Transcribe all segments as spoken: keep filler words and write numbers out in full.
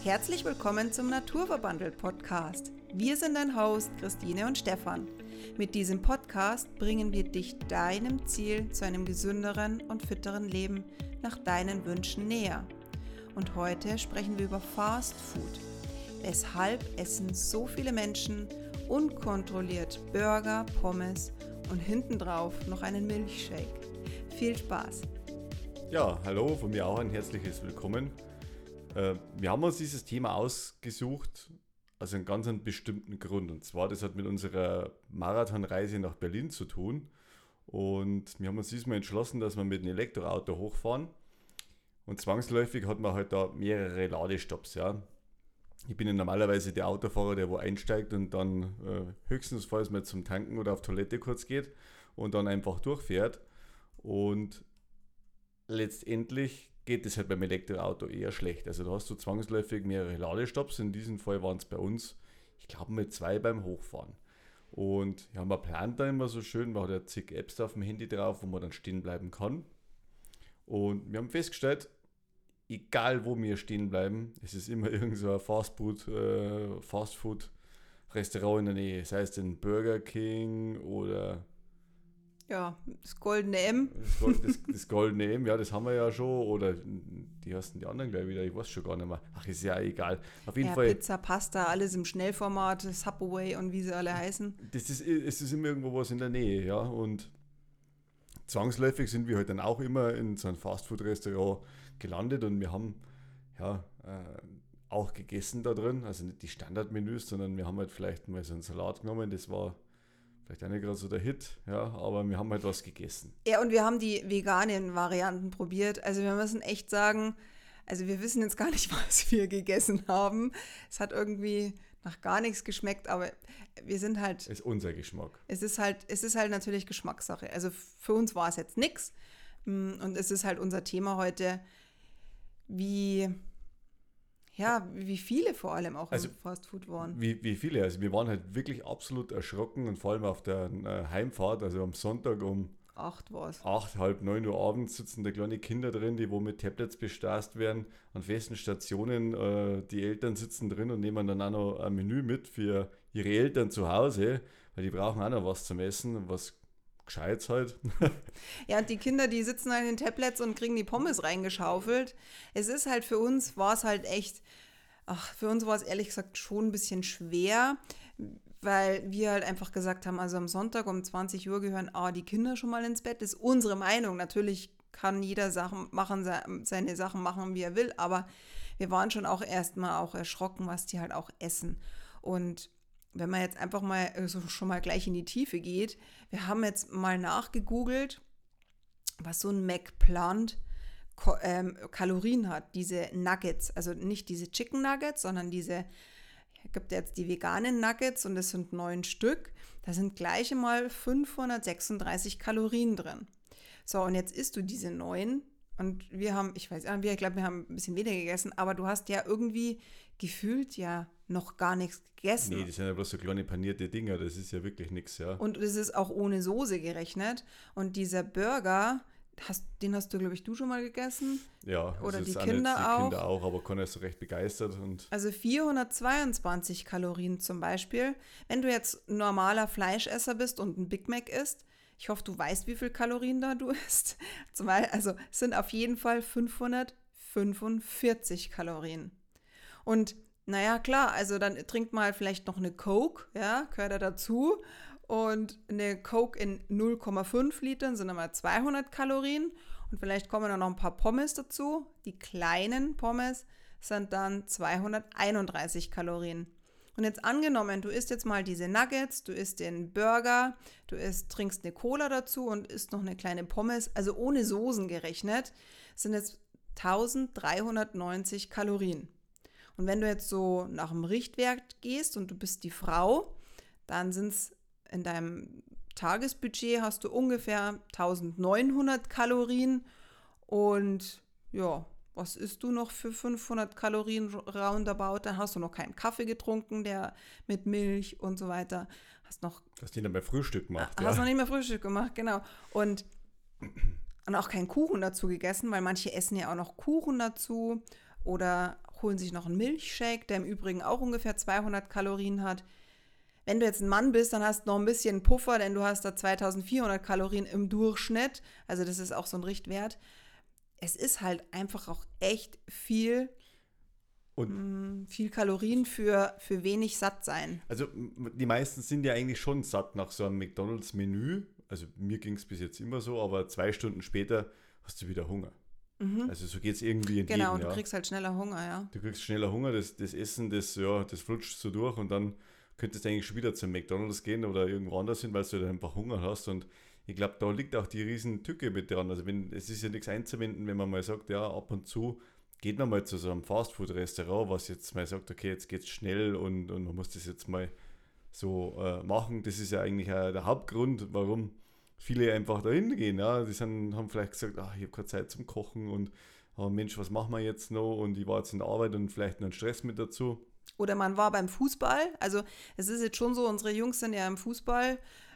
Herzlich willkommen zum Naturverbandelt Podcast. Wir sind dein Host Christine und Stefan. Mit diesem Podcast bringen wir dich deinem Ziel zu einem gesünderen und fitteren Leben nach deinen Wünschen näher. Und heute sprechen wir über Fast Food. Weshalb essen so viele Menschen unkontrolliert Burger, Pommes und hintendrauf noch einen Milchshake? Viel Spaß! Ja, hallo, von mir auch ein herzliches Willkommen. Äh, wir haben uns dieses Thema ausgesucht, aus einem ganz einen bestimmten Grund. Und zwar, das hat mit unserer Marathonreise nach Berlin zu tun. Und wir haben uns diesmal entschlossen, dass wir mit einem Elektroauto hochfahren. Und zwangsläufig hat man halt da mehrere Ladestops, ja. Ich bin ja normalerweise der Autofahrer, der wo einsteigt und dann äh, höchstens, falls man zum Tanken oder auf Toilette kurz geht und dann einfach durchfährt. Und letztendlich geht es halt beim Elektroauto eher schlecht. Also da hast du zwangsläufig mehrere Ladestops. In diesem Fall waren es bei uns, ich glaube, mit zwei beim Hochfahren. Und ja, man plant da immer so schön, man hat ja zig Apps auf dem Handy drauf, wo man dann stehen bleiben kann. Und wir haben festgestellt, egal wo wir stehen bleiben, es ist immer irgend so ein Fastfood, äh, Fastfood-Restaurant in der Nähe. Sei es den Burger King oder Ja, das goldene M. Das, Gold, das, das goldene M, ja, das haben wir ja schon. Oder die hast die anderen gleich wieder, ich weiß schon gar nicht mehr. Ach, ist ja egal. Auf jeden ja, Fall. Pizza, Pasta, alles im Schnellformat, Subway und wie sie alle heißen. Das ist, es ist immer irgendwo was in der Nähe, ja. Und zwangsläufig sind wir halt dann auch immer in so einem Fastfood-Restaurant gelandet und wir haben ja äh, auch gegessen da drin. Also nicht die Standardmenüs, sondern wir haben halt vielleicht mal so einen Salat genommen, das war vielleicht auch nicht gerade so der Hit, ja, aber wir haben halt was gegessen. Ja, und wir haben die veganen Varianten probiert. Also wir müssen echt sagen, also wir wissen jetzt gar nicht, was wir gegessen haben. Es hat irgendwie nach gar nichts geschmeckt, aber wir sind halt... Das ist unser Geschmack. Es ist halt, es ist halt natürlich Geschmackssache. Also für uns war es jetzt nichts. Und es ist halt unser Thema heute, wie... Ja, wie viele vor allem auch also, im Fastfood waren. Wie, wie viele, also wir waren halt wirklich absolut erschrocken und vor allem auf der äh, Heimfahrt, also am Sonntag um acht war es. acht, halb neun Uhr abends sitzen da kleine Kinder drin, die wo mit Tablets bespaßt werden, an festen Stationen, äh, die Eltern sitzen drin und nehmen dann auch noch ein Menü mit für ihre Eltern zu Hause, weil die brauchen auch noch was zum Essen, was Gescheites halt. Ja, und die Kinder, die sitzen an den Tablets und kriegen die Pommes reingeschaufelt. Es ist halt für uns, war es halt echt, ach, für uns war es ehrlich gesagt schon ein bisschen schwer, weil wir halt einfach gesagt haben, also am Sonntag um zwanzig Uhr gehören ah, die Kinder schon mal ins Bett. Das ist unsere Meinung. Natürlich kann jeder Sachen machen, seine Sachen machen, wie er will, aber wir waren schon auch erstmal auch erschrocken, was die halt auch essen. Und wenn man jetzt einfach mal also schon mal gleich in die Tiefe geht, wir haben jetzt mal nachgegoogelt, was so ein McPlant Ko- ähm, Kalorien hat, diese Nuggets, also nicht diese Chicken Nuggets, sondern diese, es gibt jetzt die veganen Nuggets und das sind neun Stück, da sind gleich mal fünfhundertsechsunddreißig Kalorien drin. So, und jetzt isst du diese neun und wir haben, ich weiß nicht, ich glaube, wir haben ein bisschen weniger gegessen, aber du hast ja irgendwie gefühlt ja noch gar nichts gegessen. Nee, das sind ja bloß so kleine panierte Dinger, das ist ja wirklich nichts, ja. Und es ist auch ohne Soße gerechnet. Und dieser Burger, hast, den hast du, glaube ich, du schon mal gegessen? Ja, oder das die ist auch Kinder nicht, die auch. Kinder auch, aber Conor ist so recht begeistert. Und Also vierhundertzweiundzwanzig Kalorien zum Beispiel. Wenn du jetzt normaler Fleischesser bist und ein Big Mac isst, ich hoffe, du weißt, wie viel Kalorien da du isst. Also es sind auf jeden Fall fünfhundertfünfundvierzig Kalorien. Und naja, klar, also dann trinkt mal vielleicht noch eine Coke, ja, gehört da dazu. Und eine Coke in null Komma fünf Litern sind einmal zweihundert Kalorien. Und vielleicht kommen dann noch ein paar Pommes dazu. Die kleinen Pommes sind dann zweihunderteinunddreißig Kalorien. Und jetzt angenommen, du isst jetzt mal diese Nuggets, du isst den Burger, du isst, trinkst eine Cola dazu und isst noch eine kleine Pommes, also ohne Soßen gerechnet, sind jetzt dreizehnhundertneunzig Kalorien. Und wenn du jetzt so nach dem Richtwert gehst und du bist die Frau, dann sind es in deinem Tagesbudget hast du ungefähr neunzehnhundert Kalorien und ja, was isst du noch für fünfhundert Kalorien roundabout? Dann hast du noch keinen Kaffee getrunken, der mit Milch und so weiter. Hast noch... Hast du nicht mehr Frühstück gemacht, Hast ja. noch nicht mehr Frühstück gemacht, genau. Und, und auch keinen Kuchen dazu gegessen, weil manche essen ja auch noch Kuchen dazu oder holen sich noch einen Milchshake, der im Übrigen auch ungefähr zweihundert Kalorien hat. Wenn du jetzt ein Mann bist, dann hast du noch ein bisschen Puffer, denn du hast da zweitausendvierhundert Kalorien im Durchschnitt. Also das ist auch so ein Richtwert. Es ist halt einfach auch echt viel, Und mh, viel Kalorien für, für wenig satt sein. also m- die meisten sind ja eigentlich schon satt nach so einem McDonalds-Menü. Also mir ging es bis jetzt immer so, aber zwei Stunden später hast du wieder Hunger. Mhm. Also so geht es irgendwie entgegen. Genau, du ja. kriegst halt schneller Hunger, ja. Du kriegst schneller Hunger, das, das Essen, das, ja, das flutscht so durch und dann könntest du eigentlich schon wieder zum McDonalds gehen oder irgendwo anders hin, weil du halt einfach Hunger hast. Und ich glaube, da liegt auch die riesen Tücke mit dran. Also wenn, es ist ja nichts einzuwenden, wenn man mal sagt, ja, ab und zu geht man mal zu so einem Fastfood-Restaurant, was jetzt mal sagt, okay, jetzt geht's schnell und, und man muss das jetzt mal so äh, machen. Das ist ja eigentlich auch der Hauptgrund, warum viele einfach dahin gehen. Ja. Die sind, haben vielleicht gesagt, ach, ich habe keine Zeit zum Kochen und oh Mensch, was machen wir jetzt noch? Und ich war jetzt in der Arbeit und vielleicht noch einen Stress mit dazu. Oder man war beim Fußball. Also es ist jetzt schon so, unsere Jungs sind ja im Fußball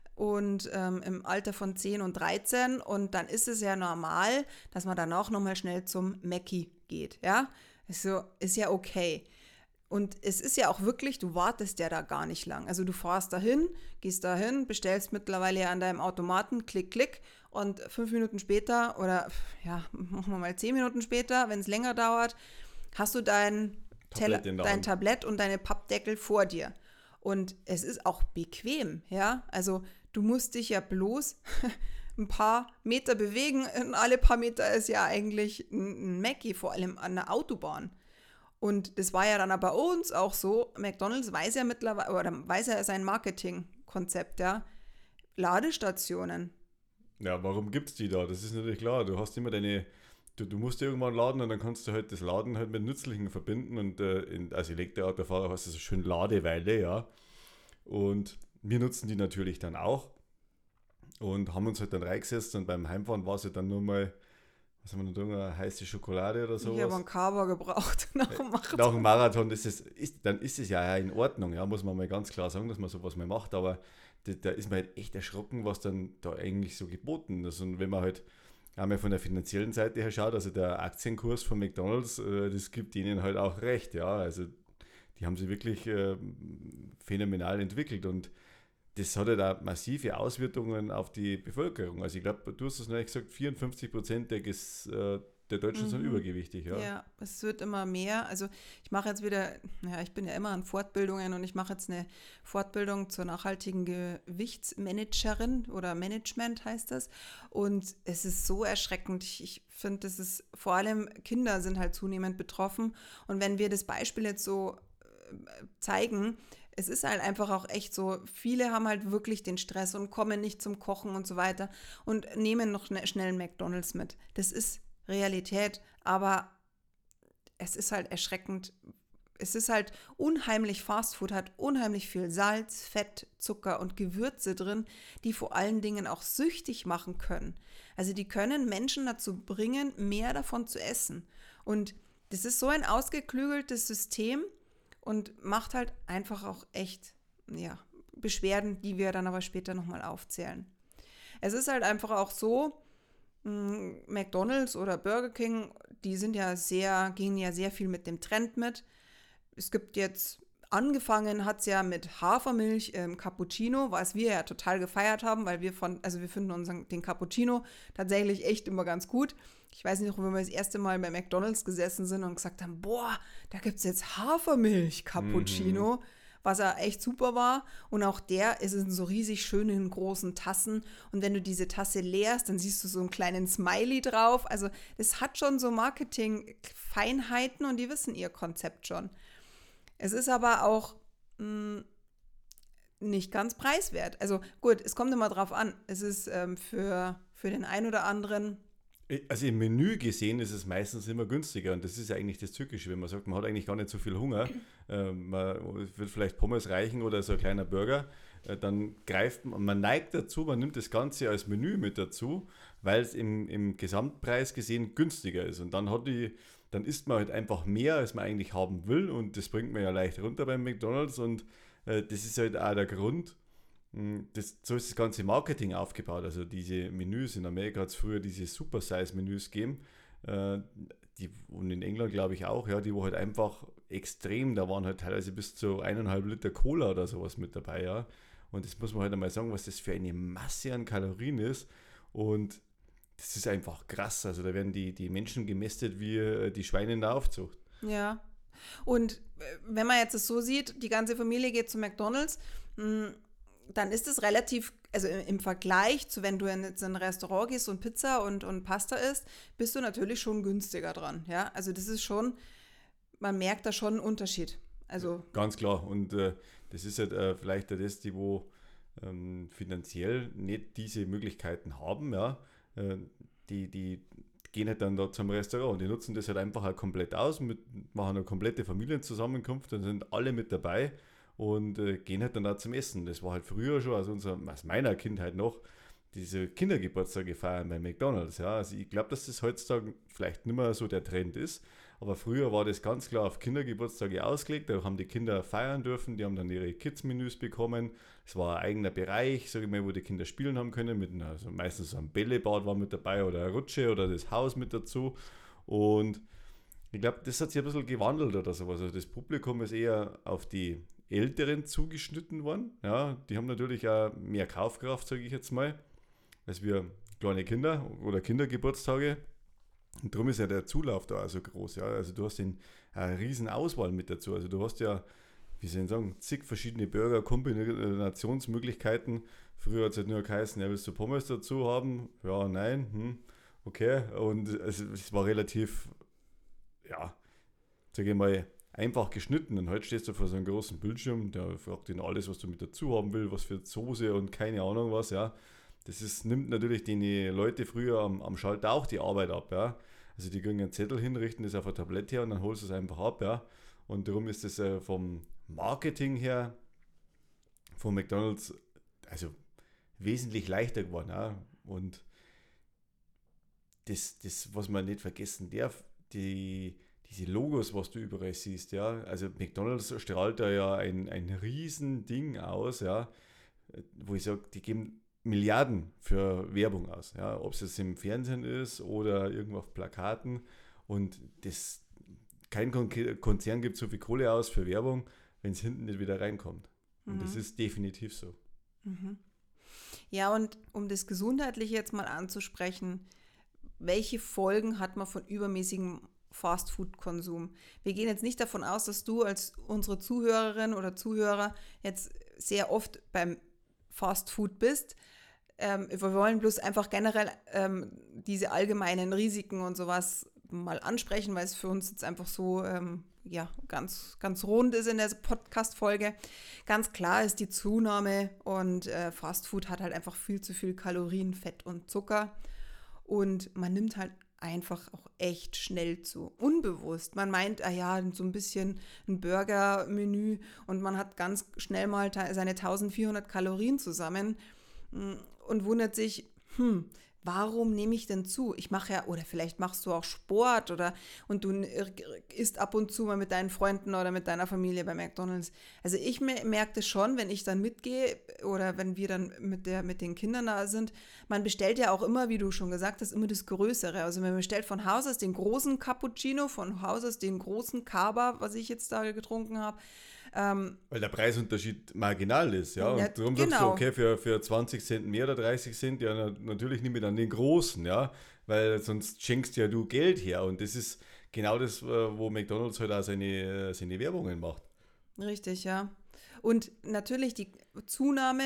und ähm, im Alter von zehn und dreizehn. Und dann ist es ja normal, dass man dann auch nochmal schnell zum Mackie geht. Ja, ist, so, ist ja okay. Und es ist ja auch wirklich, du wartest ja da gar nicht lang. Also du fährst dahin, gehst dahin, bestellst mittlerweile ja an deinem Automaten, klick, klick. Und fünf Minuten später oder ja, machen wir mal zehn Minuten später, wenn es länger dauert, hast du dein Teller, Tablett in der dein Hand. Tablett und deine Pappdeckel vor dir. Und es ist auch bequem, ja. Also du musst dich ja bloß ein paar Meter bewegen. Und alle paar Meter ist ja eigentlich ein, ein Mackie, vor allem an der Autobahn. Und das war ja dann aber bei uns auch so. McDonald's weiß ja mittlerweile, oder weiß ja sein Marketingkonzept, ja. Ladestationen. Ja, warum gibt es die da? Das ist natürlich klar. Du hast immer deine, du, du musst irgendwann laden und dann kannst du halt das Laden halt mit Nützlichen verbinden und äh, in, als Elektroautofahrer hast du so schön Ladeweile, ja. Und wir nutzen die natürlich dann auch und haben uns halt dann reingesetzt und beim Heimfahren war es halt dann nur mal, was haben wir noch drin, eine heiße Schokolade oder sowas. Ich habe einen Kaba gebraucht nach dem Marathon. Nach dem Marathon, das ist, ist, dann ist es ja in Ordnung, ja, muss man mal ganz klar sagen, dass man sowas mal macht, aber da, da ist man halt echt erschrocken, was dann da eigentlich so geboten ist. Und wenn man halt einmal von der finanziellen Seite her schaut, also der Aktienkurs von McDonald's, äh, das gibt ihnen halt auch recht, ja, also die haben sich wirklich äh, phänomenal entwickelt und das hat halt auch massive Auswirkungen auf die Bevölkerung. Also ich glaube, du hast es noch nicht gesagt, vierundfünfzig Prozent der, Ges, äh, der Deutschen sind Mhm. übergewichtig, ja. Ja, es wird immer mehr. Also ich mache jetzt wieder, ja, ich bin ja immer an Fortbildungen und ich mache jetzt eine Fortbildung zur nachhaltigen Gewichtsmanagerin oder Management heißt das. Und es ist so erschreckend. Ich, ich finde, das ist vor allem Kinder sind halt zunehmend betroffen. Und wenn wir das Beispiel jetzt so äh, zeigen, es ist halt einfach auch echt so, viele haben halt wirklich den Stress und kommen nicht zum Kochen und so weiter und nehmen noch schne- schnell einen McDonald's mit. Das ist Realität, aber es ist halt erschreckend. Es ist halt unheimlich, Fastfood hat unheimlich viel Salz, Fett, Zucker und Gewürze drin, die vor allen Dingen auch süchtig machen können. Also die können Menschen dazu bringen, mehr davon zu essen. Und das ist so ein ausgeklügeltes System und macht halt einfach auch echt, ja, Beschwerden, die wir dann aber später nochmal aufzählen. Es ist halt einfach auch so, McDonald's oder Burger King, die sind ja sehr, gehen ja sehr viel mit dem Trend mit. Es gibt jetzt, angefangen hat es ja mit Hafermilch im Cappuccino, was wir ja total gefeiert haben, weil wir von, also wir finden unseren, den Cappuccino tatsächlich echt immer ganz gut. Ich weiß nicht, wenn wir das erste Mal bei McDonald's gesessen sind und gesagt haben, boah, da gibt es jetzt Hafermilch-Cappuccino. Mhm. Was er echt super war. Und auch der ist in so riesig schönen großen Tassen. Und wenn du diese Tasse leerst, dann siehst du so einen kleinen Smiley drauf. Also es hat schon so Marketing-Feinheiten und die wissen ihr Konzept schon. Es ist aber auch mh, nicht ganz preiswert. Also gut, es kommt immer drauf an. Es ist ähm, für, für den einen oder anderen. Also im Menü gesehen ist es meistens immer günstiger und das ist ja eigentlich das Tückische, wenn man sagt, man hat eigentlich gar nicht so viel Hunger, äh, man wird vielleicht Pommes reichen oder so ein kleiner Burger, äh, dann greift man, man neigt dazu, man nimmt das Ganze als Menü mit dazu, weil es im, im Gesamtpreis gesehen günstiger ist und dann hat die, dann isst man halt einfach mehr, als man eigentlich haben will und das bringt man ja leicht runter beim McDonald's und äh, das ist halt auch der Grund. Das, so ist das ganze Marketing aufgebaut. Also diese Menüs, in Amerika hat es früher diese Super-Size-Menüs gegeben. Äh, die, und in England glaube ich auch, ja, die wo halt einfach extrem, da waren halt teilweise bis zu eineinhalb Liter Cola oder sowas mit dabei, ja. Und das muss man halt einmal sagen, was das für eine Masse an Kalorien ist. Und das ist einfach krass. Also da werden die, die Menschen gemästet wie äh, die Schweine in der Aufzucht. Ja. Und äh, wenn man jetzt es so sieht, die ganze Familie geht zu McDonald's, mh, dann ist es relativ, also im, im Vergleich zu, wenn du in, jetzt in ein Restaurant gehst und Pizza und, und Pasta isst, bist du natürlich schon günstiger dran. Ja, also das ist schon, man merkt da schon einen Unterschied. Also Ganz klar. Und äh, das ist halt äh, vielleicht auch das, die wo ähm, finanziell nicht diese Möglichkeiten haben, ja. Äh, die, die gehen halt dann da zum Restaurant. Die nutzen das halt einfach halt komplett aus, mit, machen eine komplette Familienzusammenkunft, dann sind alle mit dabei und äh, gehen halt dann auch zum Essen. Das war halt früher schon, also unser, aus meiner Kindheit noch, diese Kindergeburtstage feiern bei McDonald's. Ja. Also ich glaube, dass das heutzutage vielleicht nicht mehr so der Trend ist, aber früher war das ganz klar auf Kindergeburtstage ausgelegt. Da haben die Kinder feiern dürfen, die haben dann ihre Kids-Menüs bekommen. Es war ein eigener Bereich, sage ich mal, wo die Kinder spielen haben können. Mit einer, also meistens so ein Bällebad war mit dabei oder eine Rutsche oder das Haus mit dazu. Und ich glaube, das hat sich ein bisschen gewandelt oder sowas. Also das Publikum ist eher auf die Älteren zugeschnitten worden. Ja, die haben natürlich auch mehr Kaufkraft, sage ich jetzt mal, als wir kleine Kinder oder Kindergeburtstage. Und darum ist ja der Zulauf da auch so groß. Ja. Also du hast den, eine riesen Auswahl mit dazu. Also du hast ja, wie soll ich sagen, zig verschiedene Burger, Kombinationsmöglichkeiten. Früher hat es halt nur geheißen, ja, willst du Pommes dazu haben? Ja, nein, hm, okay. Und es, es war relativ, ja, sage ich mal, einfach geschnitten. Und heute stehst du vor so einem großen Bildschirm, der fragt ihn alles, was du mit dazu haben willst, was für Soße und keine Ahnung was, ja. Das ist, nimmt natürlich die Leute früher am, am Schalter auch die Arbeit ab, ja. Also die kriegen einen Zettel hin, richten das auf ein Tablett her und dann holst du es einfach ab, ja. Und darum ist das äh, vom Marketing her von McDonald's also wesentlich leichter geworden, ja. Und das, das, was man nicht vergessen darf, die, diese Logos, was du überall siehst, ja. Also McDonald's strahlt da ja ein, ein riesen Ding aus, ja. Wo ich sage, die geben Milliarden für Werbung aus, ja, ob es jetzt im Fernsehen ist oder irgendwo auf Plakaten und das, kein Kon- Konzern gibt so viel Kohle aus für Werbung, wenn es hinten nicht wieder reinkommt. Und mhm. das ist definitiv so. Mhm. Ja, und um das Gesundheitliche jetzt mal anzusprechen, welche Folgen hat man von übermäßigem Fastfood-Konsum? Wir gehen jetzt nicht davon aus, dass du als unsere Zuhörerin oder Zuhörer jetzt sehr oft beim Fastfood bist. Ähm, wir wollen bloß einfach generell ähm, diese allgemeinen Risiken und sowas mal ansprechen, weil es für uns jetzt einfach so ähm, ja, ganz, ganz rund ist in der Podcast-Folge. Ganz klar ist die Zunahme und äh, Fastfood hat halt einfach viel zu viel Kalorien, Fett und Zucker und man nimmt halt einfach auch echt schnell zu, unbewusst. Man meint, ah ja, so ein bisschen ein Burger-Menü und man hat ganz schnell mal seine eintausendvierhundert Kalorien zusammen und wundert sich, hm, warum nehme ich denn zu? Ich mache ja, oder vielleicht machst du auch Sport oder und du isst ab und zu mal mit deinen Freunden oder mit deiner Familie bei McDonald's. Also ich merke das schon, wenn ich dann mitgehe oder wenn wir dann mit, der, mit den Kindern da sind, man bestellt ja auch immer, wie du schon gesagt hast, immer das Größere. Also man bestellt von Haus aus den großen Cappuccino, von Haus aus den großen Kaba, was ich jetzt da getrunken habe. Ähm, Weil der Preisunterschied marginal ist, ja. Und ja, darum genau. sagst du, okay, für, für zwanzig Cent mehr oder dreißig Cent, ja, na, natürlich nicht mehr an den Großen, ja. Weil sonst schenkst ja du Geld her. Und das ist genau das, wo McDonald's halt auch seine, seine Werbungen macht. Richtig, ja. Und natürlich die Zunahme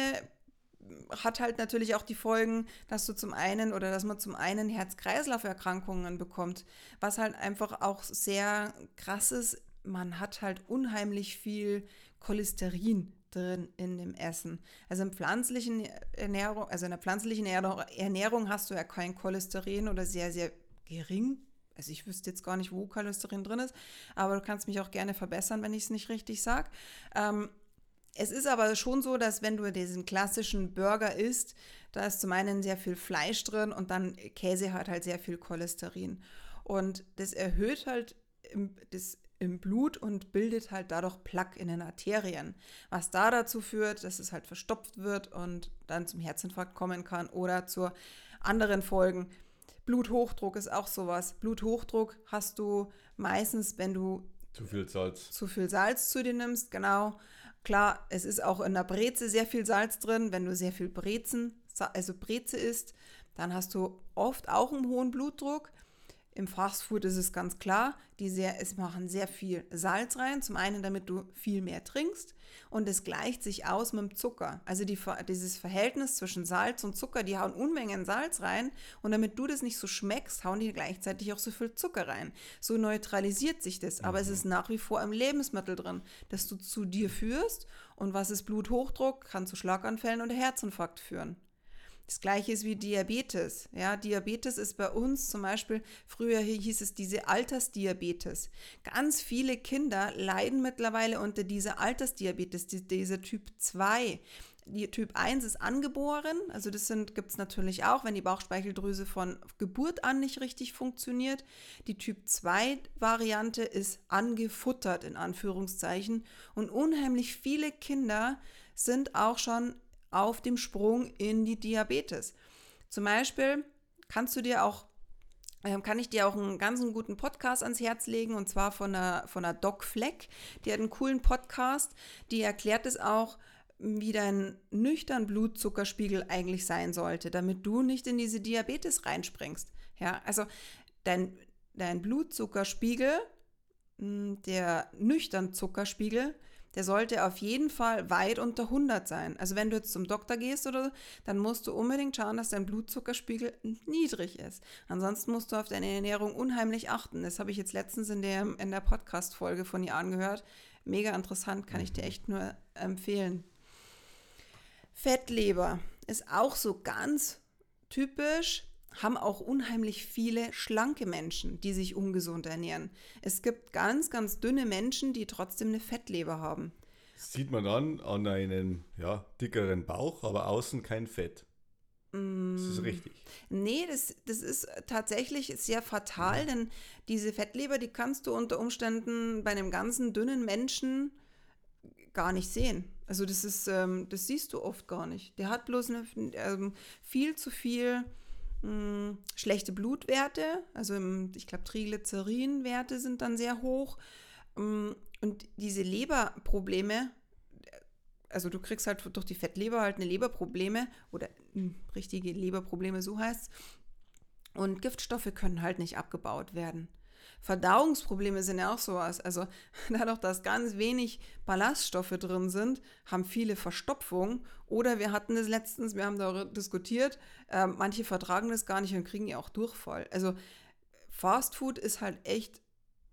hat halt natürlich auch die Folgen, dass du zum einen oder dass man zum einen Herz-Kreislauf-Erkrankungen bekommt, was halt einfach auch sehr krass ist. Man hat halt unheimlich viel Cholesterin drin in dem Essen. Also in pflanzlichen Ernährung, also in der pflanzlichen Ernährung hast du ja kein Cholesterin oder sehr, sehr gering. Also ich wüsste jetzt gar nicht, wo Cholesterin drin ist, aber du kannst mich auch gerne verbessern, wenn ich es nicht richtig sage. Ähm, es ist aber schon so, dass wenn du diesen klassischen Burger isst, da ist zum einen sehr viel Fleisch drin und dann Käse hat halt sehr viel Cholesterin. Und das erhöht halt im, das im Blut und bildet halt dadurch Plaque in den Arterien, was da dazu führt, dass es halt verstopft wird und dann zum Herzinfarkt kommen kann oder zu anderen Folgen. Bluthochdruck ist auch sowas. Bluthochdruck hast du meistens, wenn du Zu viel Salz. zu viel Salz zu dir nimmst, genau. Klar, es ist auch in der Breze sehr viel Salz drin. Wenn du sehr viel Brezen, also Breze isst, dann hast du oft auch einen hohen Blutdruck. Im Fastfood ist es ganz klar, die sehr, es machen sehr viel Salz rein. Zum einen, damit du viel mehr trinkst, und es gleicht sich aus mit dem Zucker. Also die, dieses Verhältnis zwischen Salz und Zucker, die hauen Unmengen Salz rein, und damit du das nicht so schmeckst, hauen die gleichzeitig auch so viel Zucker rein. So neutralisiert sich das, aber mhm. es ist nach wie vor im Lebensmittel drin, das du zu dir führst. Und was ist Bluthochdruck? Kann zu Schlaganfällen oder Herzinfarkt führen. Das Gleiche ist wie Diabetes. Ja, Diabetes ist bei uns zum Beispiel, früher hieß es diese Altersdiabetes. Ganz viele Kinder leiden mittlerweile unter dieser Altersdiabetes, dieser Typ zwei. Die Typ eins ist angeboren, also das gibt es natürlich auch, wenn die Bauchspeicheldrüse von Geburt an nicht richtig funktioniert. Die Typ zwei Variante ist angefuttert, in Anführungszeichen. Und unheimlich viele Kinder sind auch schon auf dem Sprung in die Diabetes. Zum Beispiel kannst du dir auch, äh, kann ich dir auch einen ganz guten Podcast ans Herz legen, und zwar von der, von der Doc Fleck. Die hat einen coolen Podcast, die erklärt es auch, wie dein nüchtern Blutzuckerspiegel eigentlich sein sollte, damit du nicht in diese Diabetes reinspringst. Ja, also dein, dein Blutzuckerspiegel, der nüchtern Zuckerspiegel, der sollte auf jeden Fall weit unter hundert sein. Also wenn du jetzt zum Doktor gehst oder so, dann musst du unbedingt schauen, dass dein Blutzuckerspiegel niedrig ist. Ansonsten musst du auf deine Ernährung unheimlich achten. Das habe ich jetzt letztens in der, in der Podcast-Folge von ihr angehört. Mega interessant, kann ich dir echt nur empfehlen. Fettleber ist auch so ganz typisch, haben auch unheimlich viele schlanke Menschen, die sich ungesund ernähren. Es gibt ganz, ganz dünne Menschen, die trotzdem eine Fettleber haben. Das sieht man dann an einem ja, dickeren Bauch, aber außen kein Fett. Mm, das ist richtig. Nee, das, das ist tatsächlich sehr fatal, mhm. denn diese Fettleber, die kannst du unter Umständen bei einem ganzen dünnen Menschen gar nicht sehen. Also das ist, ähm, das siehst du oft gar nicht. Der hat bloß eine, ähm, viel zu viel mh, schlechte Blutwerte, also im, ich glaube Triglycerinwerte sind dann sehr hoch, ähm, und diese Leberprobleme, also du kriegst halt durch die Fettleber halt eine Leberprobleme oder mh, richtige Leberprobleme, so heißt es, und Giftstoffe können halt nicht abgebaut werden. Verdauungsprobleme sind ja auch sowas. Also dadurch, dass ganz wenig Ballaststoffe drin sind, haben viele Verstopfung. Oder wir hatten das letztens, wir haben darüber diskutiert, äh, manche vertragen das gar nicht und kriegen ja auch Durchfall. Also Fastfood ist halt echt,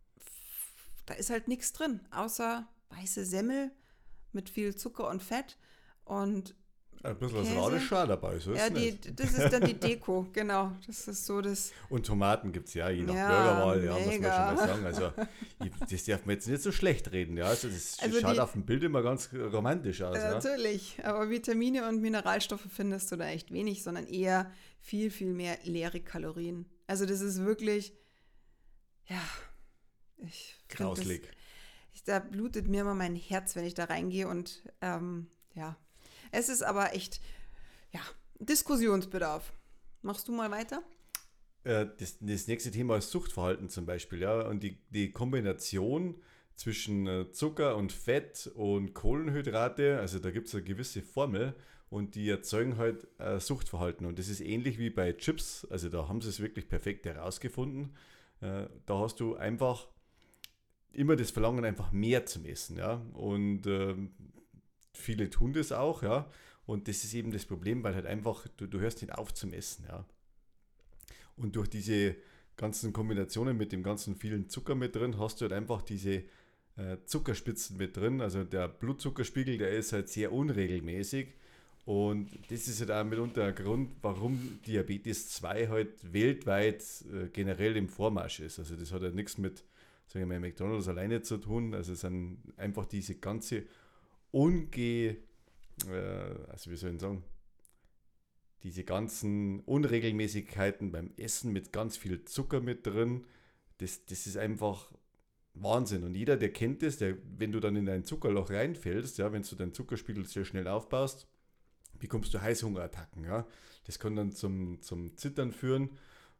da ist halt nichts drin, außer weiße Semmel mit viel Zucker und Fett und ein bisschen was Radischer dabei, so ist ja, es die, nicht. Das ist dann die Deko, genau. Das ist so das. Und Tomaten gibt es ja, je nach ja, Burgerwahl, ja, muss man schon mega. mal sagen. Also, das darf man jetzt nicht so schlecht reden, ja. Also, das Also schaut die, auf dem Bild immer ganz romantisch aus. Ja, natürlich, aber Vitamine und Mineralstoffe findest du da echt wenig, sondern eher viel, viel mehr leere Kalorien. Also, das ist wirklich, ja, ich. Grauslig. Das, ich, da blutet mir immer mein Herz, wenn ich da reingehe und, ähm, ja. Es ist aber echt, ja, Diskussionsbedarf. Machst du mal weiter? Äh, das, das nächste Thema ist Suchtverhalten zum Beispiel, ja, und die, die Kombination zwischen äh, Zucker und Fett und Kohlenhydrate, also da gibt es eine gewisse Formel und die erzeugen halt äh, Suchtverhalten, und das ist ähnlich wie bei Chips, also da haben sie es wirklich perfekt herausgefunden. Äh, da hast du einfach immer das Verlangen, einfach mehr zum Essen, ja, und ähm, viele tun das auch, ja, und das ist eben das Problem, weil halt einfach, du, du hörst nicht auf zum Essen, ja. Und durch diese ganzen Kombinationen mit dem ganzen vielen Zucker mit drin, hast du halt einfach diese äh, Zuckerspitzen mit drin, also der Blutzuckerspiegel, der ist halt sehr unregelmäßig, und das ist halt auch mitunter ein Grund, warum Diabetes zwei halt weltweit äh, generell im Vormarsch ist. Also das hat ja nichts mit, sagen wir mal, McDonald's alleine zu tun, also es sind einfach diese ganze unge, äh, also wie soll ich sagen, diese ganzen Unregelmäßigkeiten beim Essen mit ganz viel Zucker mit drin, das, das ist einfach Wahnsinn. Und jeder, der kennt das, der, wenn du dann in ein Zuckerloch reinfällst, ja, wenn du deinen Zuckerspiegel sehr schnell aufbaust, bekommst du Heißhungerattacken. Ja. Das kann dann zum, zum Zittern führen,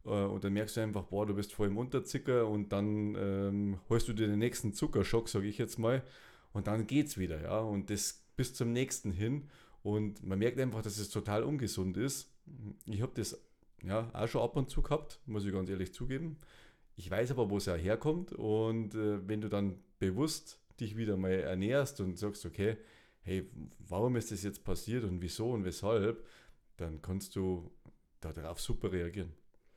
und dann merkst du einfach, boah, du bist voll im Unterzucker und dann ähm, holst du dir den nächsten Zuckerschock, sage ich jetzt mal, und dann geht's wieder, ja, und das bis zum nächsten hin und man merkt einfach, dass es total ungesund ist. Ich habe das ja auch schon ab und zu gehabt, muss ich ganz ehrlich zugeben. Ich weiß aber, wo es auch herkommt und äh, wenn du dann bewusst dich wieder mal ernährst und sagst, okay, hey, warum ist das jetzt passiert und wieso und weshalb, dann kannst du darauf super reagieren.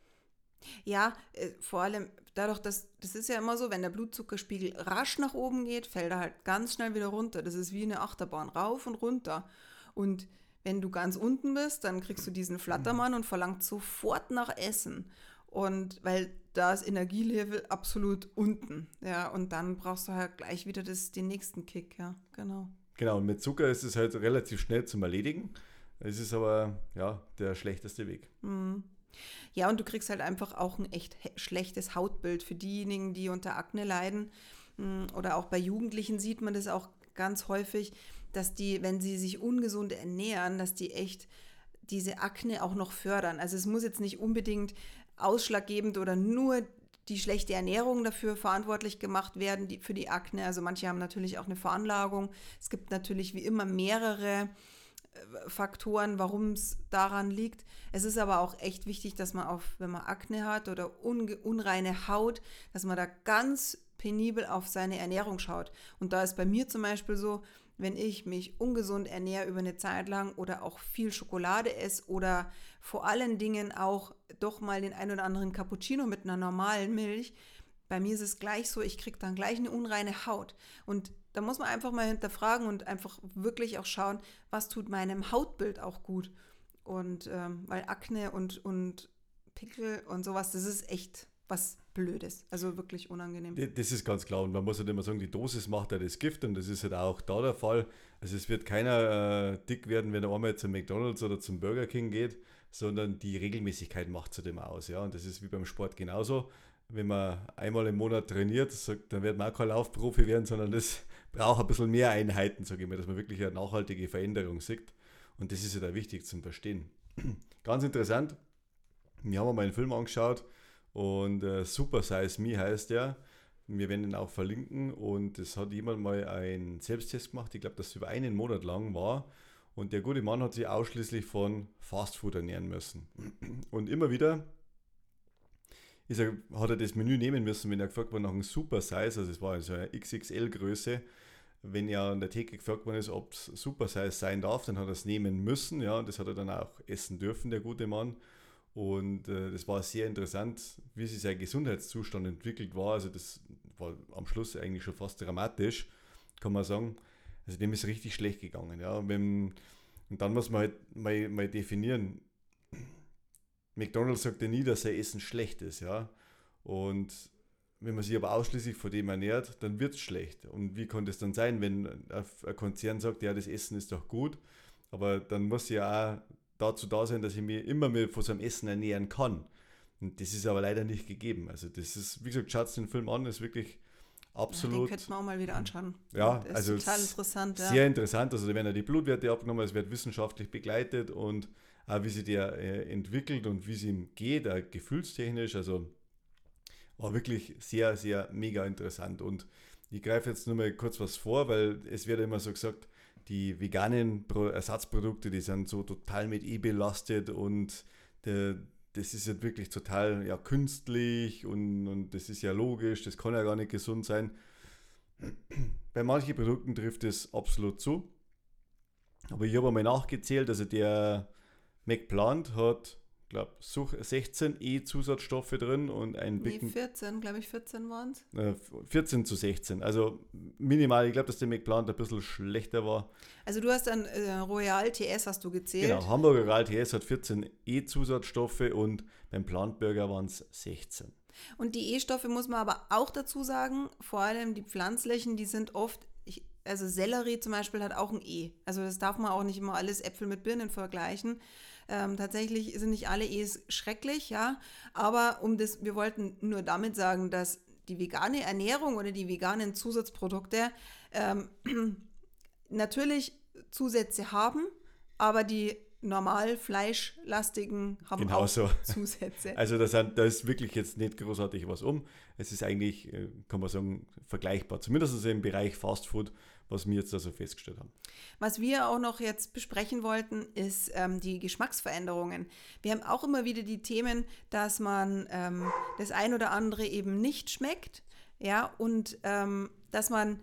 Ja, äh, vor allem dadurch, dass das ist ja immer so, wenn der Blutzuckerspiegel rasch nach oben geht, fällt er halt ganz schnell wieder runter. Das ist wie eine Achterbahn, rauf und runter. Und wenn du ganz unten bist, dann kriegst du diesen Flattermann und verlangt sofort nach Essen. Und weil da ist Energielevel absolut unten. Ja, und dann brauchst du halt gleich wieder das, den nächsten Kick, ja, genau. Genau, und mit Zucker ist es halt relativ schnell zum Erledigen. Es ist aber ja der schlechteste Weg. Mhm. Ja, und du kriegst halt einfach auch ein echt he- schlechtes Hautbild für diejenigen, die unter Akne leiden. Mm, Oder auch bei Jugendlichen sieht man das auch ganz häufig, dass die, wenn sie sich ungesund ernähren, dass die echt diese Akne auch noch fördern. Also es muss jetzt nicht unbedingt ausschlaggebend oder nur die schlechte Ernährung dafür verantwortlich gemacht werden, die, für die Akne. Also manche haben natürlich auch eine Veranlagung. Es gibt natürlich wie immer mehrere Faktoren, warum es daran liegt. Es ist aber auch echt wichtig, dass man auf, wenn man Akne hat oder unge- unreine Haut, dass man da ganz penibel auf seine Ernährung schaut. Und da ist bei mir zum Beispiel so, wenn ich mich ungesund ernähre über eine Zeit lang oder auch viel Schokolade esse oder vor allen Dingen auch doch mal den ein oder anderen Cappuccino mit einer normalen Milch, bei mir ist es gleich so, ich kriege dann gleich eine unreine Haut. Und da muss man einfach mal hinterfragen und einfach wirklich auch schauen, was tut meinem Hautbild auch gut. Und ähm, weil Akne und, und Pickel und sowas, das ist echt was Blödes. Also wirklich unangenehm. D- Das ist ganz klar und man muss halt immer sagen, die Dosis macht ja das Gift und das ist halt auch da der Fall. Also es wird keiner äh, dick werden, wenn er einmal zum McDonald's oder zum Burger King geht, sondern die Regelmäßigkeit macht zu dem aus. Ja? Und das ist wie beim Sport genauso. Wenn man einmal im Monat trainiert, sagt, dann wird man auch kein Laufprofi werden, sondern das braucht ein bisschen mehr Einheiten, sage ich mal, dass man wirklich eine nachhaltige Veränderung sieht. Und das ist ja da wichtig zum Verstehen. Ganz interessant, wir haben mal einen Film angeschaut und äh, Super Size Me heißt der. Wir werden ihn auch verlinken und es hat jemand mal einen Selbsttest gemacht, ich glaube, das über einen Monat lang war. Und der gute Mann hat sich ausschließlich von Fastfood ernähren müssen. Und immer wieder ist er, hat er das Menü nehmen müssen, wenn er gefragt war nach einem Super Size, also es war also eine X X L-Größe. Wenn er an der Theke gefragt worden ist, ob es Super Size sein darf, dann hat er es nehmen müssen. Ja, und das hat er dann auch essen dürfen, der gute Mann. Und äh, das war sehr interessant, wie sich sein Gesundheitszustand entwickelt war. Also das war am Schluss eigentlich schon fast dramatisch, kann man sagen. Also dem ist richtig schlecht gegangen. Ja. Wenn, und dann muss man halt mal, mal definieren, McDonald's sagt ja nie, dass sein Essen schlecht ist. Ja. Und wenn man sich aber ausschließlich von dem ernährt, dann wird es schlecht. Und wie kann das dann sein, wenn ein Konzern sagt, ja, das Essen ist doch gut, aber dann muss ja auch dazu da sein, dass ich mich immer mehr von so einem Essen ernähren kann. Und das ist aber leider nicht gegeben. Also das ist, wie gesagt, schaut den Film an, ist wirklich absolut... Ja, den könnten wir auch mal wieder anschauen. Ja, das ist also total interessant. Ja. Sehr interessant. Also da werden ja die Blutwerte abgenommen, es wird wissenschaftlich begleitet und auch wie sich der äh, entwickelt und wie es ihm geht, auch gefühlstechnisch. Also war wirklich sehr, sehr mega interessant. Und ich greife jetzt nur mal kurz was vor, weil es wird immer so gesagt, die veganen Pro- Ersatzprodukte, die sind so total mit E belastet und der, das ist jetzt wirklich total ja, künstlich und, und das ist ja logisch, das kann ja gar nicht gesund sein. Bei manchen Produkten trifft es absolut zu. Aber ich habe einmal nachgezählt, also der McPlant hat, glaube sechzehn E-Zusatzstoffe drin und ein Nee, Big vierzehn, glaube ich, vierzehn waren es. äh, vierzehn zu sechzehn. Also minimal, ich glaube, dass der McPlant ein bisschen schlechter war. Also du hast dann äh, Royal T S hast du gezählt. Genau, Hamburger Royal T S hat vierzehn E-Zusatzstoffe und beim Plant Burger waren es sechzehn. Und die E-Stoffe muss man aber auch dazu sagen, vor allem die pflanzlichen, die sind oft, ich, also Sellerie zum Beispiel hat auch ein E. Also das darf man auch nicht immer alles Äpfel mit Birnen vergleichen. Ähm, tatsächlich sind nicht alle E's schrecklich, ja. Aber um das, wir wollten nur damit sagen, dass die vegane Ernährung oder die veganen Zusatzprodukte ähm, natürlich Zusätze haben, aber die normal fleischlastigen haben Genau auch so. Zusätze. Also da, sind, da ist wirklich jetzt nicht großartig was um. Es ist eigentlich, äh, kann man sagen, vergleichbar. Zumindest im Bereich Fastfood, was wir jetzt also festgestellt haben. Was wir auch noch jetzt besprechen wollten, ist ähm, die Geschmacksveränderungen. Wir haben auch immer wieder die Themen, dass man ähm, das ein oder andere eben nicht schmeckt, ja, und ähm, dass man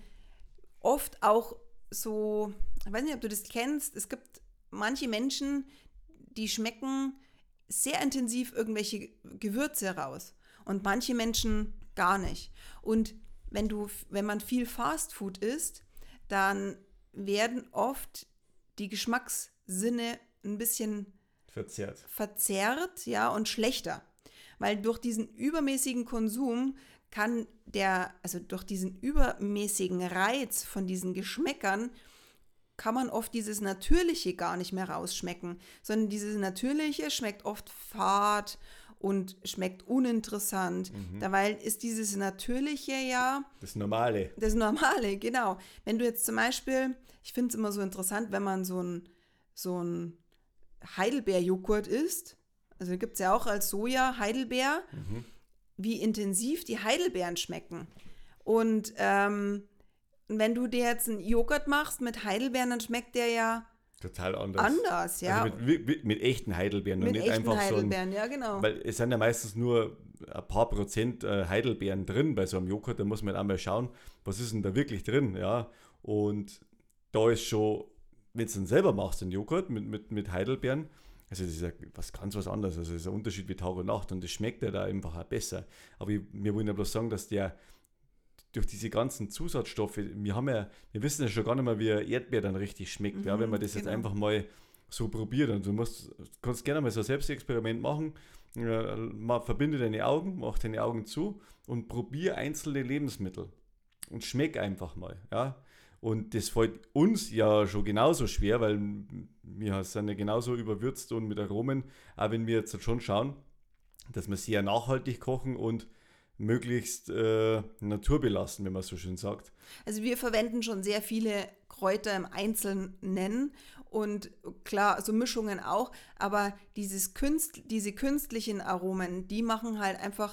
oft auch so, ich weiß nicht, ob du das kennst, es gibt manche Menschen, die schmecken sehr intensiv irgendwelche Gewürze raus und manche Menschen gar nicht. Und wenn du, wenn man viel Fastfood isst, dann werden oft die Geschmackssinne ein bisschen Verzerrt. verzerrt, ja, und schlechter. Weil durch diesen übermäßigen Konsum kann der, also durch diesen übermäßigen Reiz von diesen Geschmäckern, kann man oft dieses Natürliche gar nicht mehr rausschmecken, sondern dieses Natürliche schmeckt oft fad und schmeckt uninteressant. Mhm. Dabei ist dieses Natürliche ja das Normale. Das Normale, genau. Wenn du jetzt zum Beispiel, ich finde es immer so interessant, wenn man so ein, so ein Heidelbeerjoghurt isst, also gibt es ja auch als Soja Heidelbeer, mhm. wie intensiv die Heidelbeeren schmecken. Und ähm, wenn du dir jetzt einen Joghurt machst mit Heidelbeeren, dann schmeckt der ja total anders. Anders, ja. Also mit, mit, mit echten Heidelbeeren mit und nicht echten einfach Heidelbeeren, so ein, ja, genau. Weil es sind ja meistens nur ein paar Prozent Heidelbeeren drin bei so einem Joghurt, da muss man einmal schauen, was ist denn da wirklich drin, ja. Und da ist schon, wenn du es dann selber machst, den Joghurt mit, mit, mit Heidelbeeren, also das ist ja was ganz was anderes, also das ist ein Unterschied wie Tag und Nacht und das schmeckt ja da einfach auch besser. Aber ich, wir wollen ja bloß sagen, dass der durch diese ganzen Zusatzstoffe, wir haben ja, wir wissen ja schon gar nicht mehr, wie ein Erdbeer dann richtig schmeckt, mhm, ja, wenn man das genau. jetzt einfach mal so probiert. Und du musst, kannst gerne mal so ein Selbstexperiment machen, ja, mal verbinde deine Augen, mach deine Augen zu und probier einzelne Lebensmittel und schmeck einfach mal, ja. Und das fällt uns ja schon genauso schwer, weil wir sind ja genauso überwürzt und mit Aromen, auch wenn wir jetzt schon schauen, dass wir sehr nachhaltig kochen und möglichst äh, naturbelassen, wenn man so schön sagt. Also wir verwenden schon sehr viele Kräuter im Einzelnen und klar, so Mischungen auch, aber dieses Künst, diese künstlichen Aromen, die machen halt einfach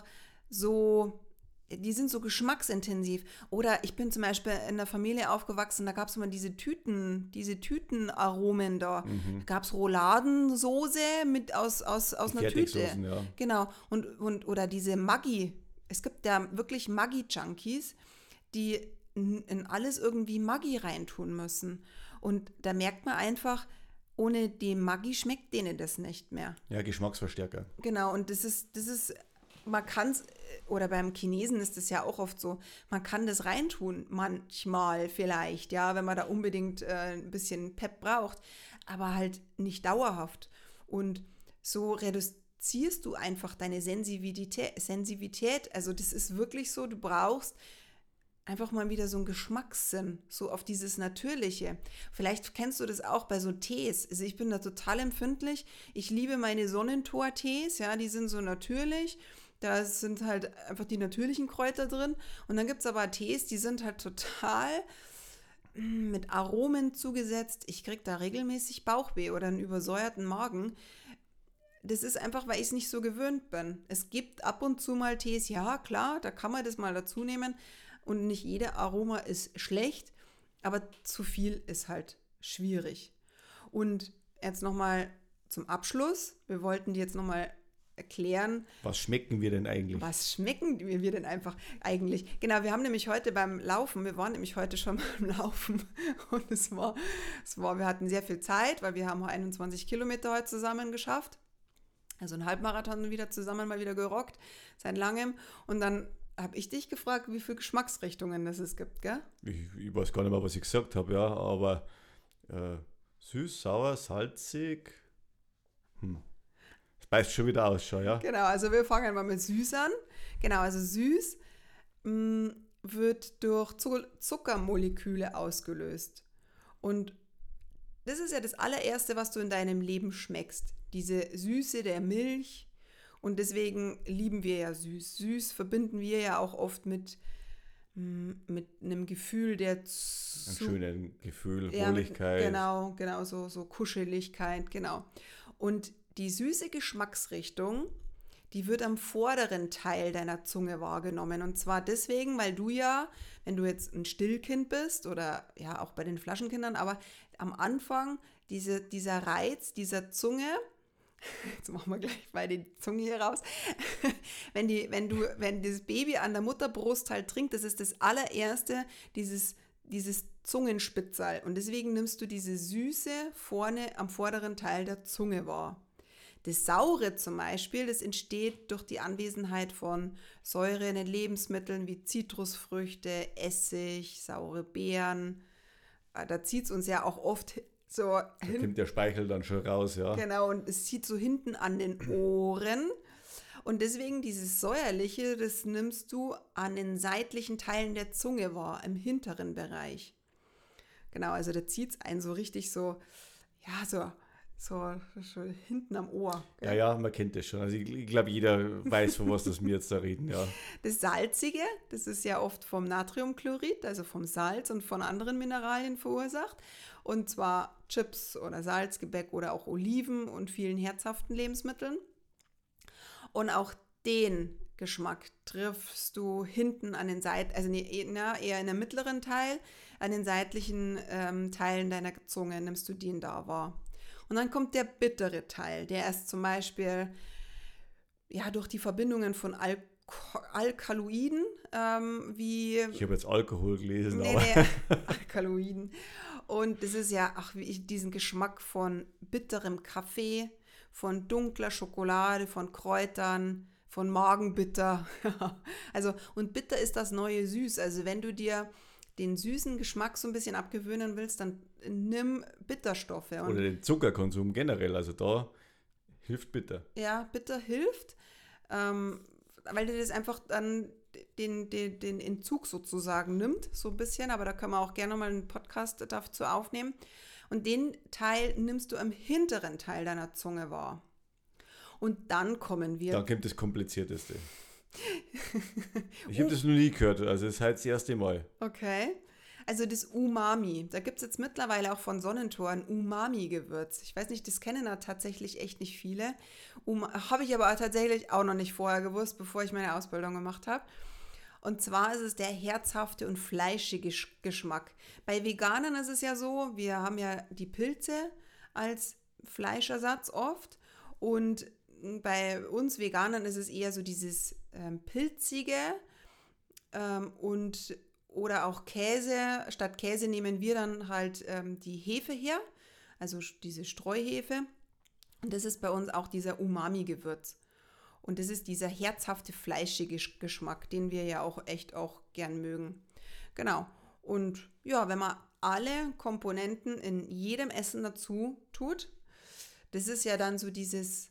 so, die sind so geschmacksintensiv. Oder ich bin zum Beispiel in der Familie aufgewachsen, da gab es immer diese Tüten, diese Tütenaromen da. Mhm. Da gab es Rouladensoße mit aus, aus, aus einer Tüte. Ja. Genau. Und, und, oder diese Maggi. Es gibt ja wirklich Maggi-Junkies, die in alles irgendwie Maggi reintun müssen. Und da merkt man einfach, ohne die Maggi schmeckt denen das nicht mehr. Ja, Geschmacksverstärker. Genau, und das ist, das ist, man kann es, oder beim Chinesen ist das ja auch oft so, man kann das reintun, manchmal vielleicht, ja, wenn man da unbedingt äh, ein bisschen Pep braucht, aber halt nicht dauerhaft. Und so reduziert ziehst du einfach deine Sensibilität, Sensibilität, also das ist wirklich so, du brauchst einfach mal wieder so einen Geschmackssinn, so auf dieses Natürliche. Vielleicht kennst du das auch bei so Tees, also ich bin da total empfindlich, ich liebe meine Sonnentor-Tees, ja, die sind so natürlich, da sind halt einfach die natürlichen Kräuter drin und dann gibt es aber Tees, die sind halt total mit Aromen zugesetzt, ich kriege da regelmäßig Bauchweh oder einen übersäuerten Magen. Das ist einfach, weil ich es nicht so gewöhnt bin. Es gibt ab und zu mal Tees, ja klar, da kann man das mal dazu nehmen und nicht jeder Aroma ist schlecht, aber zu viel ist halt schwierig. Und jetzt nochmal zum Abschluss, wir wollten dir jetzt nochmal erklären. Was schmecken wir denn eigentlich? Was schmecken wir denn einfach eigentlich? Genau, wir haben nämlich heute beim Laufen, wir waren nämlich heute schon beim Laufen und es war, es war, wir hatten sehr viel Zeit, weil wir haben einundzwanzig Kilometer heute zusammen geschafft. Also ein Halbmarathon wieder zusammen mal wieder gerockt, seit langem. Und dann habe ich dich gefragt, wie viele Geschmacksrichtungen das es gibt, gell? Ich, ich weiß gar nicht mehr, was ich gesagt habe, ja, aber äh, süß, sauer, salzig, hm. Das beißt schon wieder aus, schon, ja? Genau, also wir fangen mal mit süß an. Genau, also süß mh, wird durch Zuckermoleküle ausgelöst. Und das ist ja das allererste, was du in deinem Leben schmeckst. Diese Süße der Milch. Und deswegen lieben wir ja süß. Süß verbinden wir ja auch oft mit, mit einem Gefühl der Ein zu, schönes Gefühl, ja, Wohligkeit. Genau, genau, so, so Kuscheligkeit, genau. Und die süße Geschmacksrichtung, die wird am vorderen Teil deiner Zunge wahrgenommen. Und zwar deswegen, weil du ja, wenn du jetzt ein Stillkind bist oder ja auch bei den Flaschenkindern, aber am Anfang diese, dieser Reiz dieser Zunge, jetzt machen wir gleich mal die Zunge hier raus, wenn, die, wenn, du, wenn das Baby an der Mutterbrust halt trinkt, das ist das allererste, dieses, dieses Zungenspitzerl. Und deswegen nimmst du diese Süße vorne am vorderen Teil der Zunge wahr. Das Saure zum Beispiel, das entsteht durch die Anwesenheit von Säure in den Lebensmitteln wie Zitrusfrüchte, Essig, saure Beeren. Da zieht es uns ja auch oft so Da hin. kommt der Speichel dann schon raus, ja. Genau, und es zieht so hinten an den Ohren. Und deswegen dieses Säuerliche, das nimmst du an den seitlichen Teilen der Zunge wahr, im hinteren Bereich. Genau, also da zieht es einen so richtig so, ja, so... So, so hinten am Ohr. Ja, ja, man kennt das schon. Also ich, ich glaube, jeder weiß, von was das wir jetzt da reden, ja. Das Salzige, das ist ja oft vom Natriumchlorid, also vom Salz und von anderen Mineralien verursacht. Und zwar Chips oder Salzgebäck oder auch Oliven und vielen herzhaften Lebensmitteln. Und auch den Geschmack triffst du hinten an den Seiten, also eher in der mittleren Teil, an den seitlichen ähm, Teilen deiner Zunge nimmst du den da wahr. Und dann kommt der bittere Teil, der ist zum Beispiel ja, durch die Verbindungen von Al- Alkaloiden, ähm, wie... Ich habe jetzt Alkohol gelesen, nee, aber... Nee, Alkaloiden. Und das ist ja, ach, wie ich diesen Geschmack von bitterem Kaffee, von dunkler Schokolade, von Kräutern, von Magenbitter. Also, und bitter ist das neue Süß. Also wenn du dir den süßen Geschmack so ein bisschen abgewöhnen willst, dann nimm Bitterstoffe. Und Oder den Zuckerkonsum generell, also da hilft bitter. ja, bitter hilft, ähm, weil dir das einfach dann den, den, den Entzug sozusagen nimmt, so ein bisschen, aber da können wir auch gerne mal einen Podcast dazu aufnehmen. Und den Teil nimmst du am hinteren Teil deiner Zunge wahr. Und dann kommen wir... Dann kommt das Komplizierteste. Ich habe das noch nie gehört, also das ist halt das erste Mal. Okay. Also das Umami. Da gibt es jetzt mittlerweile auch von Sonnentor ein Umami-Gewürz. Ich weiß nicht, das kennen da tatsächlich echt nicht viele. Um, habe ich aber tatsächlich auch noch nicht vorher gewusst, bevor ich meine Ausbildung gemacht habe. Und zwar ist es der herzhafte und fleischige Geschmack. Bei Veganern ist es ja so, wir haben ja die Pilze als Fleischersatz oft. Und bei uns Veganern ist es eher so dieses ähm, pilzige ähm, und oder auch Käse. Statt Käse nehmen wir dann halt ähm, die Hefe her, also diese Streuhefe. Und das ist bei uns auch dieser Umami-Gewürz. Und das ist dieser herzhafte, fleischige Geschmack, den wir ja auch echt auch gern mögen. Genau. Und ja, wenn man alle Komponenten in jedem Essen dazu tut, das ist ja dann so dieses,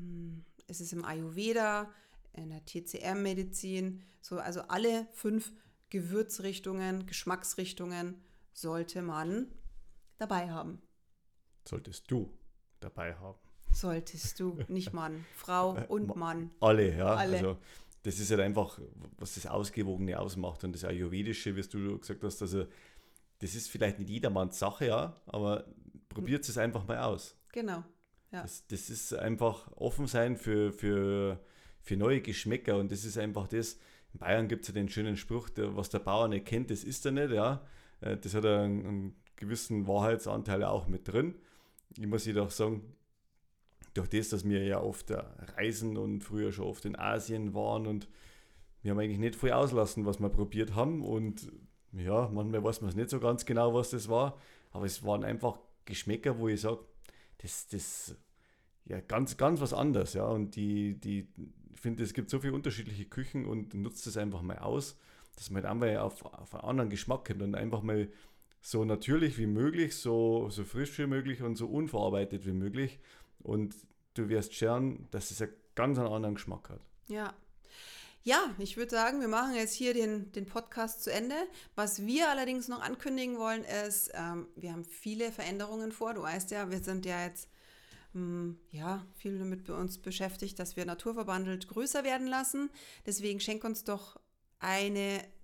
es ist im Ayurveda, in der T C M-Medizin, so, also alle fünf Gewürzrichtungen, Geschmacksrichtungen sollte man dabei haben. Solltest du dabei haben. Solltest du, nicht Mann, Frau und Mann. Alle, ja. Alle. Also das ist halt einfach, was das Ausgewogene ausmacht. Und das Ayurvedische, wie du gesagt hast, also das ist vielleicht nicht jedermanns Sache, ja, aber probiert es einfach mal aus. Genau. Ja. Das, das ist einfach offen sein für, für, für neue Geschmäcker und das ist einfach das. In Bayern gibt es ja den schönen Spruch, der, was der Bauer nicht kennt, das isst er nicht, ja. Das hat einen, einen gewissen Wahrheitsanteil auch mit drin. Ich muss jedoch sagen, durch das, dass wir ja oft reisen und früher schon oft in Asien waren und wir haben eigentlich nicht viel auslassen, was wir probiert haben und ja, manchmal weiß man es nicht so ganz genau, was das war, aber es waren einfach Geschmäcker, wo ich sage, das, das, ja, ganz, ganz was anderes, ja, und die, die, ich finde, es gibt so viele unterschiedliche Küchen und nutzt es einfach mal aus, dass man halt einfach auf, auf einen anderen Geschmack kommt und einfach mal so natürlich wie möglich, so, so frisch wie möglich und so unverarbeitet wie möglich und du wirst schauen, dass es einen ganz anderen Geschmack hat. Ja. Ja, ich würde sagen, wir machen jetzt hier den, den Podcast zu Ende. Was wir allerdings noch ankündigen wollen, ist, ähm, wir haben viele Veränderungen vor. Du weißt ja, wir sind ja jetzt ähm, ja, viel damit bei uns beschäftigt, dass wir naturverbandelt größer werden lassen. Deswegen schenk uns doch eine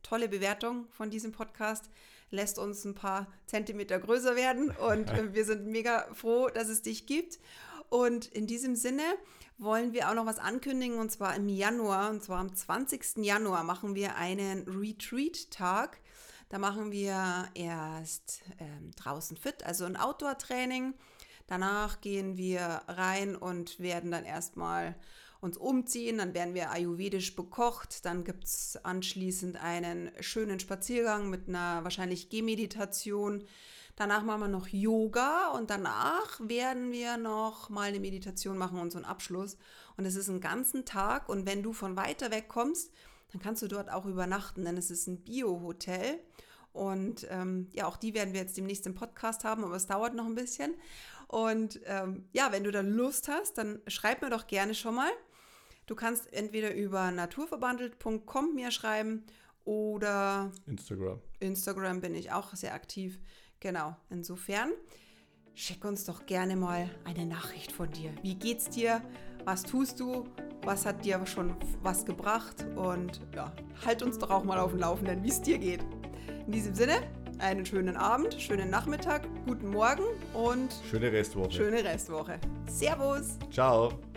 tolle Bewertung von diesem Podcast. Lässt uns ein paar Zentimeter größer werden und äh, wir sind mega froh, dass es dich gibt. Und in diesem Sinne wollen wir auch noch was ankündigen, und zwar im Januar, und zwar am zwanzigsten Januar machen wir einen Retreat-Tag. Da machen wir erst ähm, draußen fit, also ein Outdoor-Training. Danach gehen wir rein und werden dann erstmal uns umziehen, dann werden wir ayurvedisch bekocht, dann gibt es anschließend einen schönen Spaziergang mit einer wahrscheinlich Gehmeditation. Danach machen wir noch Yoga und danach werden wir noch mal eine Meditation machen und so einen Abschluss. Und es ist einen ganzen Tag und wenn du von weiter weg kommst, dann kannst du dort auch übernachten, denn es ist ein Bio-Hotel. Und ähm, ja, auch die werden wir jetzt demnächst im Podcast haben, aber es dauert noch ein bisschen. Und ähm, ja, wenn du dann Lust hast, dann schreib mir doch gerne schon mal. Du kannst entweder über naturverbandelt punkt com mir schreiben oder Instagram. Instagram bin ich auch sehr aktiv. Genau, insofern schick uns doch gerne mal eine Nachricht von dir. Wie geht's dir? Was tust du? Was hat dir schon was gebracht? Und ja, halt uns doch auch mal auf dem Laufenden, wie es dir geht. In diesem Sinne, einen schönen Abend, schönen Nachmittag, guten Morgen und schöne Restwoche. Schöne Restwoche. Servus. Ciao.